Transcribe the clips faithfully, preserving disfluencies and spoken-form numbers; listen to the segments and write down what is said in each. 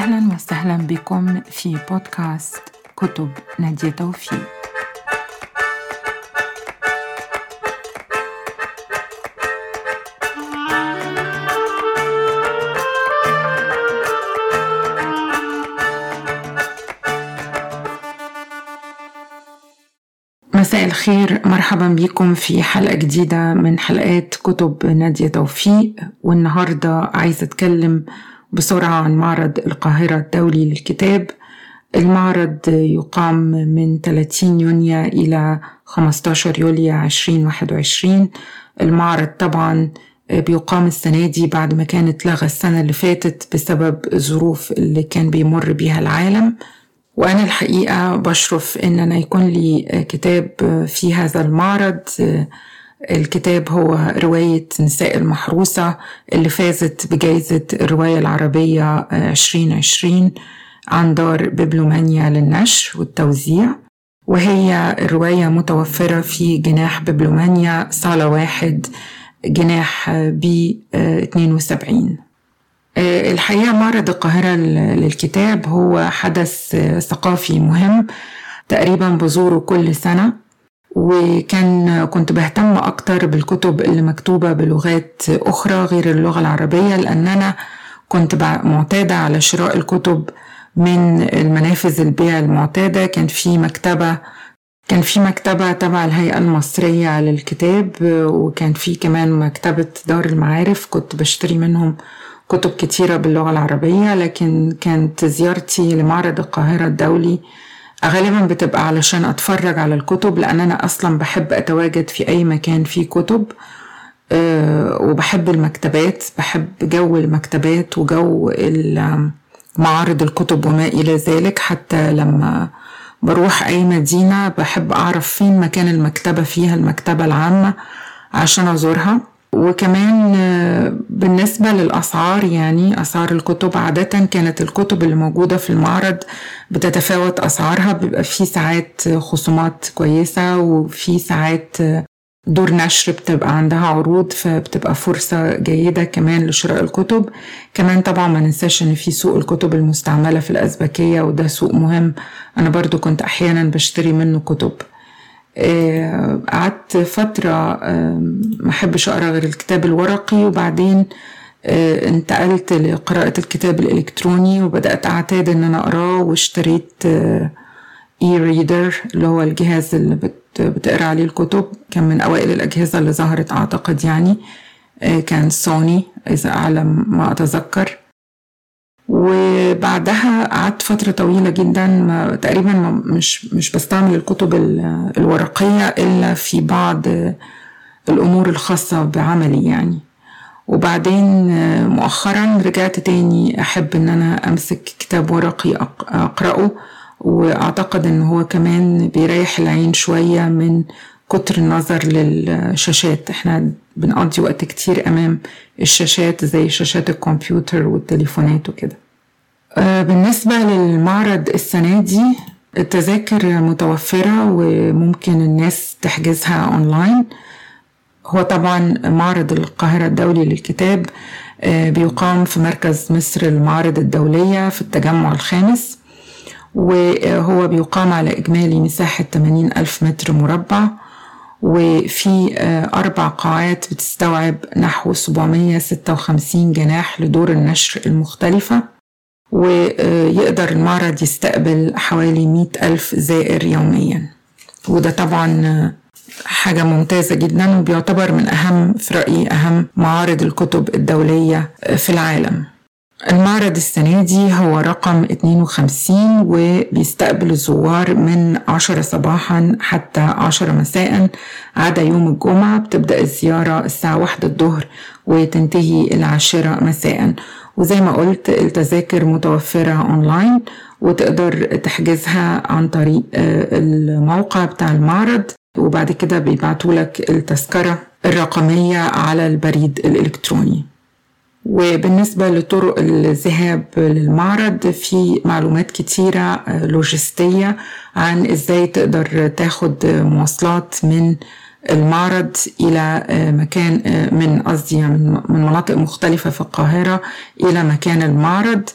أهلا وسهلا بكم في بودكاست كتب نادية توفيق. مساء الخير، مرحبا بكم في حلقة جديدة من حلقات كتب نادية توفيق. والنهاردة عايزة أتكلم بسرعة عن معرض القاهرة الدولي للكتاب. المعرض يقام من ثلاثين يونيو إلى خمسة عشر يوليو ألفين وواحد وعشرين. المعرض طبعا بيقام السنة دي بعد ما كانت لغى السنة اللي فاتت بسبب الظروف اللي كان بيمر بيها العالم، وأنا الحقيقة بشرف إن أنا يكون لي كتاب في هذا المعرض. الكتاب هو رواية نساء المحروسة اللي فازت بجائزة الرواية العربية عشرين عشرين عن دار بيبلومانيا للنشر والتوزيع، وهي الرواية متوفرة في جناح بيبلومانيا صالة واحد جناح بي اثنين وسبعين. الحقيقة معرض القاهرة للكتاب هو حدث ثقافي مهم، تقريبا بزوره كل سنة، وكان كنت بهتم أكتر بالكتب اللي مكتوبة بلغات أخرى غير اللغة العربية، لأن أنا كنت معتادة على شراء الكتب من المنافذ البيع المعتادة. كان في مكتبة كان في مكتبة تبع الهيئة المصرية للكتاب، وكان في كمان مكتبة دار المعارف كنت بشتري منهم كتب كتيرة باللغة العربية. لكن كانت زيارتي لمعرض القاهرة الدولي غالبا بتبقى علشان أتفرج على الكتب، لأن أنا أصلا بحب أتواجد في أي مكان فيه كتب، أه وبحب المكتبات، بحب جو المكتبات وجو معارض الكتب وما إلى ذلك. حتى لما بروح أي مدينة بحب أعرف فين مكان المكتبة فيها المكتبة العامة عشان أزورها. وكمان بالنسبة للأسعار، يعني أسعار الكتب عادة كانت الكتب اللي موجودة في المعرض بتتفاوت أسعارها، بيبقى في ساعات خصومات كويسة وفي ساعات دور نشر بتبقى عندها عروض، فبتبقى فرصة جيدة كمان لشراء الكتب. كمان طبعا ما ننساش ان في سوق الكتب المستعملة في الأزبكية، وده سوق مهم، أنا برضو كنت أحيانا بشتري منه كتب. قعدت فترة ما أحبش أقرأ غير الكتاب الورقي، وبعدين انتقلت لقراءة الكتاب الإلكتروني وبدأت أعتاد أن أنا أقرأه، واشتريت اي ريدر اللي هو الجهاز اللي بتقرأ عليه الكتب. كان من أوائل الأجهزة اللي ظهرت أعتقد، يعني كان سوني إذا أعلم ما أتذكر. وبعدها قعدت فترة طويلة جدا ما تقريبا ما مش مش بستعمل الكتب الورقية إلا في بعض الأمور الخاصة بعملي يعني. وبعدين مؤخرا رجعت تاني أحب أن أنا أمسك كتاب ورقي أقرأه، وأعتقد أنه هو كمان بيريح العين شوية من كتر النظر للشاشات. احنا بنقضي وقت كتير أمام الشاشات زي شاشات الكمبيوتر والتليفونات وكده. بالنسبة للمعرض السنة دي التذاكر متوفرة وممكن الناس تحجزها أونلاين. هو طبعا معرض القاهرة الدولي للكتاب بيقام في مركز مصر المعارض الدولية في التجمع الخامس، وهو بيقام على إجمالي مساحة ثمانين ألف متر مربع، وفي أربع قاعات بتستوعب نحو سبعمية وستة وخمسين جناح لدور النشر المختلفة، ويقدر المعرض يستقبل حوالي مئة ألف زائر يوميا، وده طبعا حاجة ممتازة جدا، وبيعتبر من أهم في رأيي أهم معارض الكتب الدولية في العالم. المعرض السنة دي هو رقم اثنين وخمسين، وبيستقبل الزوار من عشرة صباحا حتى عشرة مساء عدا يوم الجمعة. بتبدأ الزيارة الساعة واحدة الظهر وتنتهي العاشرة مساء. وزي ما قلت التذاكر متوفرة أونلاين، وتقدر تحجزها عن طريق الموقع بتاع المعرض، وبعد كده بيبعتولك التذكرة الرقمية على البريد الإلكتروني. وبالنسبة لطرق الذهاب للمعرض في معلومات كتيرة لوجستية عن ازاي تقدر تاخد مواصلات من المعرض إلى مكان من قصدي من مناطق مختلفة في القاهرة إلى مكان المعرض،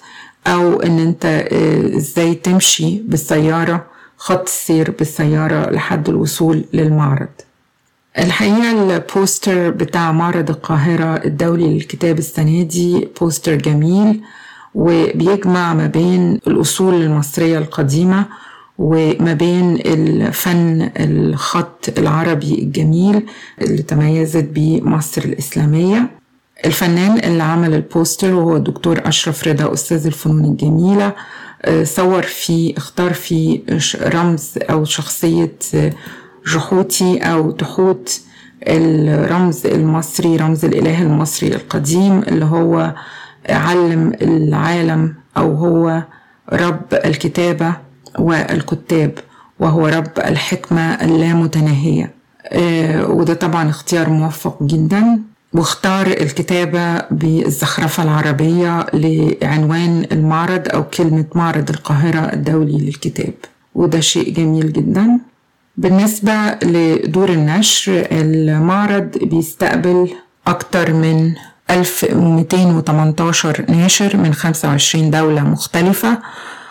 أو إن أنت إزاي تمشي بالسيارة خط السير بالسيارة لحد الوصول للمعرض. الحقيقة البوستر بتاع معرض القاهرة الدولي للكتاب السنة دي بوستر جميل، وبيجمع ما بين الأصول المصرية القديمة وما بين الفن الخط العربي الجميل اللي تميزت به مصر الإسلامية. الفنان اللي عمل البوستر وهو الدكتور أشرف رضا أستاذ الفنون الجميلة، صور فيه اختار فيه رمز أو شخصية جحوتي أو تحوت، الرمز المصري، رمز الإله المصري القديم اللي هو علم العالم، أو هو رب الكتابة والكتاب، وهو رب الحكمة اللامتناهية. وده طبعا اختيار موفق جدا، واختار الكتابة بالزخرفة العربية لعنوان المعرض أو كلمة معرض القاهرة الدولي للكتاب، وده شيء جميل جدا. بالنسبة لدور النشر، المعرض بيستقبل أكتر من ألف ومئتين وتمنتاشر ناشر من خمسة وعشرين دولة مختلفة،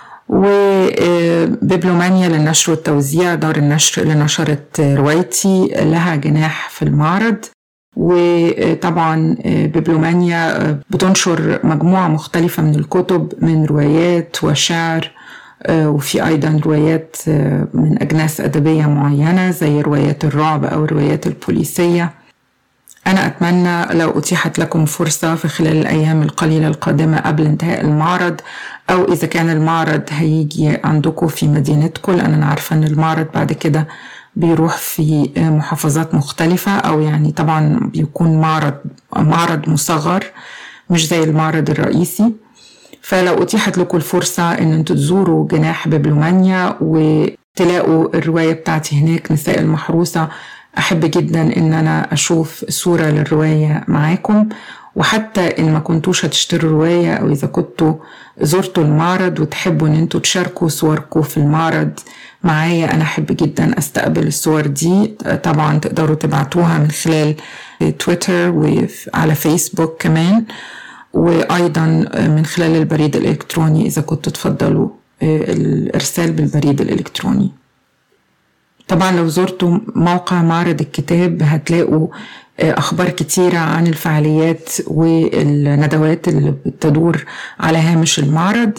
وبيبلومانيا للنشر والتوزيع دار النشر اللي نشرت روايتي لها جناح في المعرض. وطبعا بيبلومانيا بتنشر مجموعة مختلفة من الكتب من روايات وشعر، وفي أيضا روايات من أجناس أدبية معينة زي روايات الرعب أو الروايات البوليسية. أنا أتمنى لو أتيحت لكم فرصة في خلال الأيام القليلة القادمة قبل انتهاء المعرض، أو إذا كان المعرض هيجي عندكم في مدينتكم، لأن أنا عارفة أن المعرض بعد كده بيروح في محافظات مختلفة، أو يعني طبعا بيكون معرض معرض مصغر مش زي المعرض الرئيسي. فلو أتيحت لكم الفرصة أن انتوا تزوروا جناح بيبلومانيا وتلاقوا الرواية بتاعتي هناك نساء المحروسة، أحب جدا أن أنا أشوف صورة للرواية معاكم. وحتى إن ما كنتوش هتشتروا رواية، أو إذا كنتوا زرتوا المعرض وتحبوا أن انتوا تشاركوا صوركم في المعرض معايا، أنا أحب جدا أستقبل الصور دي. طبعا تقدروا تبعتوها من خلال تويتر وعلى فيسبوك كمان، وأيضا من خلال البريد الإلكتروني إذا كنتوا تفضلوا الإرسال بالبريد الإلكتروني. طبعا لو زرتوا موقع معرض الكتاب هتلاقوا أخبار كتيرة عن الفعاليات والندوات اللي بتدور على هامش المعرض.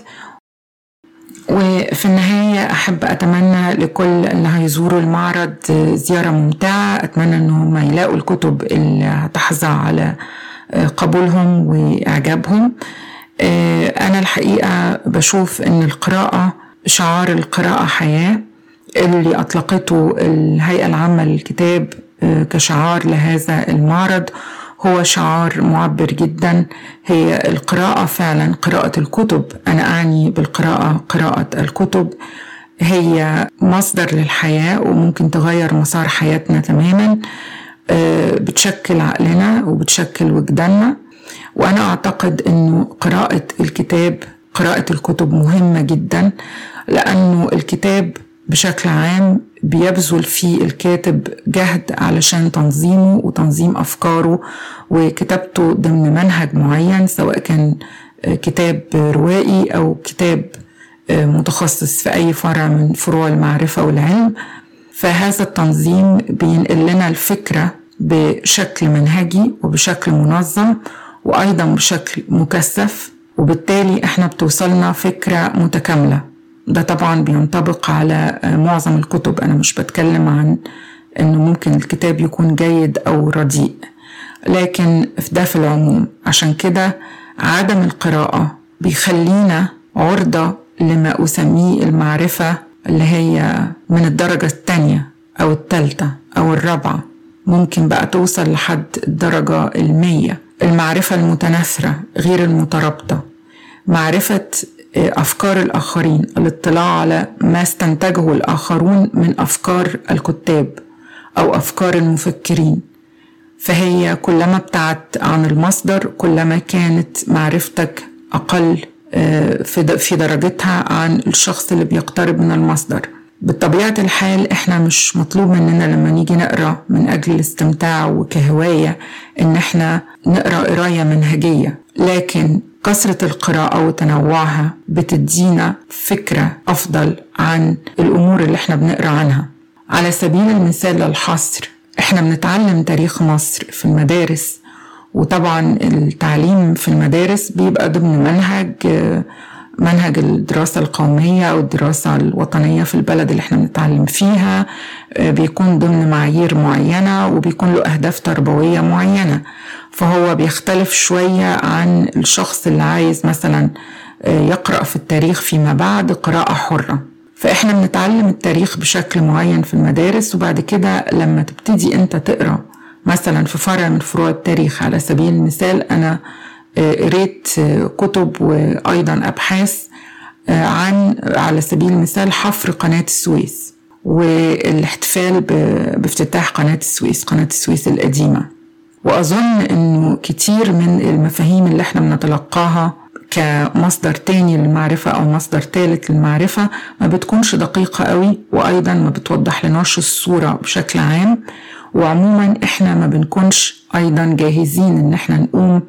وفي النهاية أحب أتمنى لكل اللي هيزوروا المعرض زيارة ممتعة. أتمنى أنهم يلاقوا الكتب اللي هتحظى على قبولهم وإعجابهم. أنا الحقيقة بشوف أن القراءة شعار القراءة حياة اللي أطلقته الهيئة العامة للكتاب كشعار لهذا المعرض هو شعار معبر جدا. هي القراءة فعلا قراءة الكتب، أنا أعني بالقراءة قراءة الكتب، هي مصدر للحياة وممكن تغير مسار حياتنا تماما، بتشكل عقلنا وبتشكل وجداننا. وأنا أعتقد أنه قراءة الكتاب قراءة الكتب مهمة جدا، لأنه الكتاب بشكل عام بيبذل فيه الكاتب جهد علشان تنظيمه وتنظيم أفكاره وكتابته ضمن منهج معين، سواء كان كتاب روائي أو كتاب متخصص في أي فرع من فروع المعرفة والعلم. فهذا التنظيم بينقل لنا الفكرة بشكل منهجي وبشكل منظم وأيضا بشكل مكثف، وبالتالي احنا بتوصلنا فكرة متكاملة. ده طبعا بينطبق على معظم الكتب، أنا مش بتكلم عن أنه ممكن الكتاب يكون جيد أو رديء، لكن ده في العموم. عشان كده عدم القراءة بيخلينا عرضة لما أسميه المعرفة اللي هي من الدرجة الثانية أو الثالثة أو الرابعة، ممكن بقى توصل لحد الدرجة المية. المعرفة المتناثرة غير المترابطة، معرفة أفكار الآخرين، الاطلاع على ما استنتجه الآخرون من أفكار الكتاب أو أفكار المفكرين. فهي كلما ابتعدت عن المصدر كلما كانت معرفتك أقل في درجتها عن الشخص اللي بيقترب من المصدر. بطبيعة الحال احنا مش مطلوب مننا لما نيجي نقرأ من أجل الاستمتاع وكهواية ان احنا نقرأ قراية منهجية، لكن كثرة القراءة وتنوعها بتدينا فكرة أفضل عن الأمور اللي احنا بنقرأ عنها. على سبيل المثال للحصر، احنا بنتعلم تاريخ مصر في المدارس، وطبعا التعليم في المدارس بيبقى ضمن منهج منهج الدراسة القومية أو الدراسة الوطنية في البلد اللي احنا بنتعلم فيها، بيكون ضمن معايير معينة وبيكون له أهداف تربوية معينة. فهو بيختلف شوية عن الشخص اللي عايز مثلا يقرأ في التاريخ فيما بعد قراءة حرة. فإحنا بنتعلم التاريخ بشكل معين في المدارس، وبعد كده لما تبتدي أنت تقرأ مثلا في فرع من فروع التاريخ، على سبيل المثال أنا قريت كتب وأيضا أبحاث عن على سبيل المثال حفر قناة السويس والاحتفال بافتتاح قناة السويس، قناة السويس القديمة. وأظن أنه كتير من المفاهيم اللي احنا بنتلقاها كمصدر تاني للمعرفة أو مصدر ثالث للمعرفة ما بتكونش دقيقة قوي، وأيضا ما بتوضح لناش الصورة بشكل عام. وعموما احنا ما بنكونش أيضا جاهزين أن احنا نقوم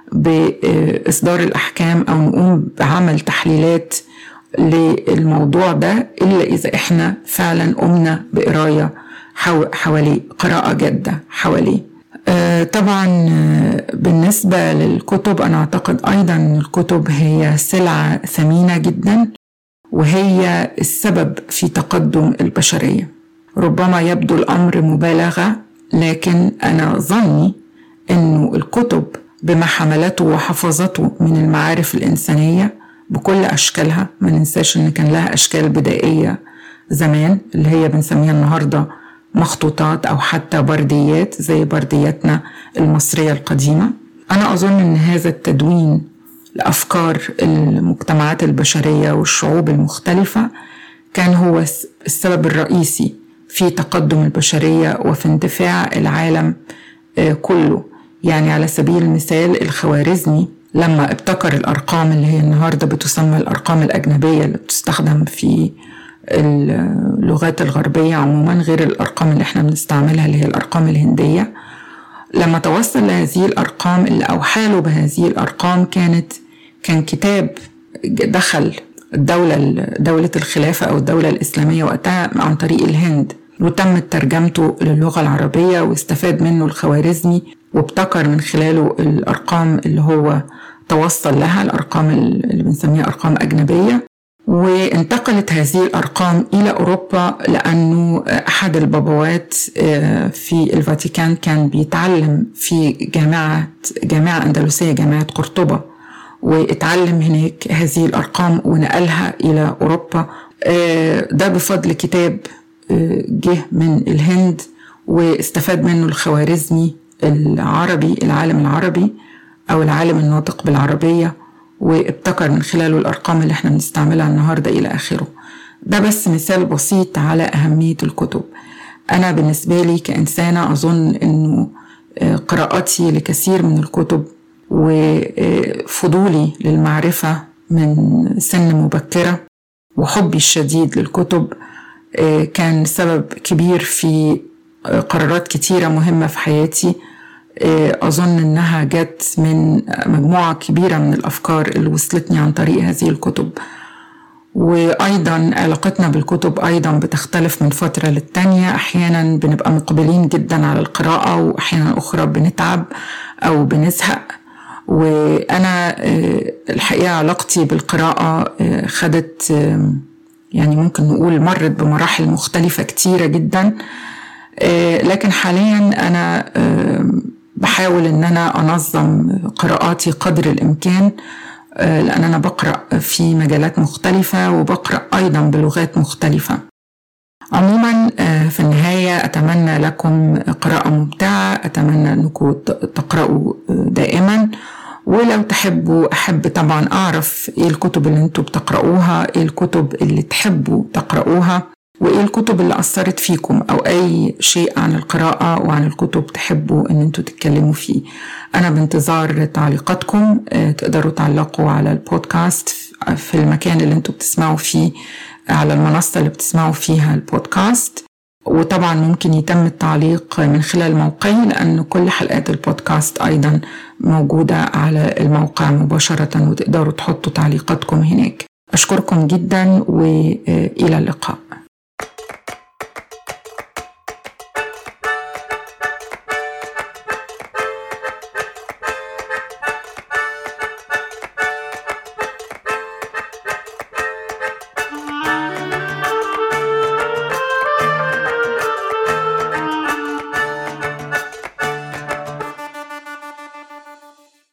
بإصدار الأحكام أو نقوم بعمل تحليلات للموضوع ده إلا إذا إحنا فعلا قمنا بقراية حواليه، قراءة جادة حواليه. آه طبعا بالنسبة للكتب، أنا أعتقد أيضا أن الكتب هي سلعة ثمينة جدا، وهي السبب في تقدم البشرية. ربما يبدو الأمر مبالغة، لكن أنا ظني أنه الكتب بما حملته وحفظته من المعارف الإنسانية بكل أشكالها، ما ننساش أن كان لها أشكال بدائية زمان اللي هي بنسميها النهاردة مخطوطات أو حتى برديات زي بردياتنا المصرية القديمة. أنا أظن أن هذا التدوين لأفكار المجتمعات البشرية والشعوب المختلفة كان هو السبب الرئيسي في تقدم البشرية وفي اندفاع العالم كله. يعني على سبيل المثال الخوارزمي لما ابتكر الأرقام اللي هي النهاردة بتسمى الأرقام الأجنبية اللي بتستخدم في اللغات الغربية عموما غير الأرقام اللي احنا بنستعملها اللي هي الأرقام الهندية، لما توصل لهذه الأرقام اللي أوحاله بهذه الأرقام كانت كان كتاب دخل الدولة دولة الخلافة أو الدولة الإسلامية وقتها عن طريق الهند، وتمت ترجمته للغة العربية واستفاد منه الخوارزمي وابتكر من خلاله الأرقام اللي هو توصل لها، الأرقام اللي بنسميها أرقام أجنبية. وانتقلت هذه الأرقام إلى أوروبا لأنه أحد البابوات في الفاتيكان كان بيتعلم في جامعة جامعة أندلسية، جامعة قرطبة، واتعلم هناك هذه الأرقام ونقلها إلى أوروبا. ده بفضل كتاب جه من الهند واستفاد منه الخوارزمي العربي، العالم العربي أو العالم الناطق بالعربية، وابتكر من خلاله الأرقام اللي احنا بنستعملها النهاردة إلى آخره. ده بس مثال بسيط على أهمية الكتب. أنا بالنسبة لي كإنسانة أظن أنه قراءتي لكثير من الكتب وفضولي للمعرفة من سن مبكرة وحبي الشديد للكتب كان سبب كبير في قرارات كتيرة مهمة في حياتي. أظن أنها جت من مجموعة كبيرة من الأفكار اللي وصلتني عن طريق هذه الكتب. وأيضا علاقتنا بالكتب أيضا بتختلف من فترة للتانية، أحيانا بنبقى مقبلين جدا على القراءة وأحيانا أخرى بنتعب أو بنزهق. وأنا الحقيقة علاقتي بالقراءة خدت يعني ممكن نقول مرت بمراحل مختلفة كتيرة جدا، لكن حاليا أنا بحاول أن أنا أنظم قراءاتي قدر الإمكان، لأن أنا بقرأ في مجالات مختلفة وبقرأ أيضا بلغات مختلفة. عموما في النهاية أتمنى لكم قراءة ممتعة، أتمنى أنكم تقرأوا دائما، ولو تحبوا أحب طبعا أعرف إيه الكتب اللي أنتوا بتقرأوها، إيه الكتب اللي تحبوا تقرأوها، وإيه الكتب اللي أثرت فيكم، أو أي شيء عن القراءة وعن الكتب تحبوا أن أنتوا تتكلموا فيه. أنا بانتظار تعليقاتكم. تقدروا تعلقوا على البودكاست في المكان اللي أنتوا بتسمعوا فيه، على المنصة اللي بتسمعوا فيها البودكاست، وطبعا ممكن يتم التعليق من خلال موقعي، لأن كل حلقات البودكاست أيضا موجودة على الموقع مباشرة وتقدروا تحطوا تعليقاتكم هناك. أشكركم جدا وإلى اللقاء.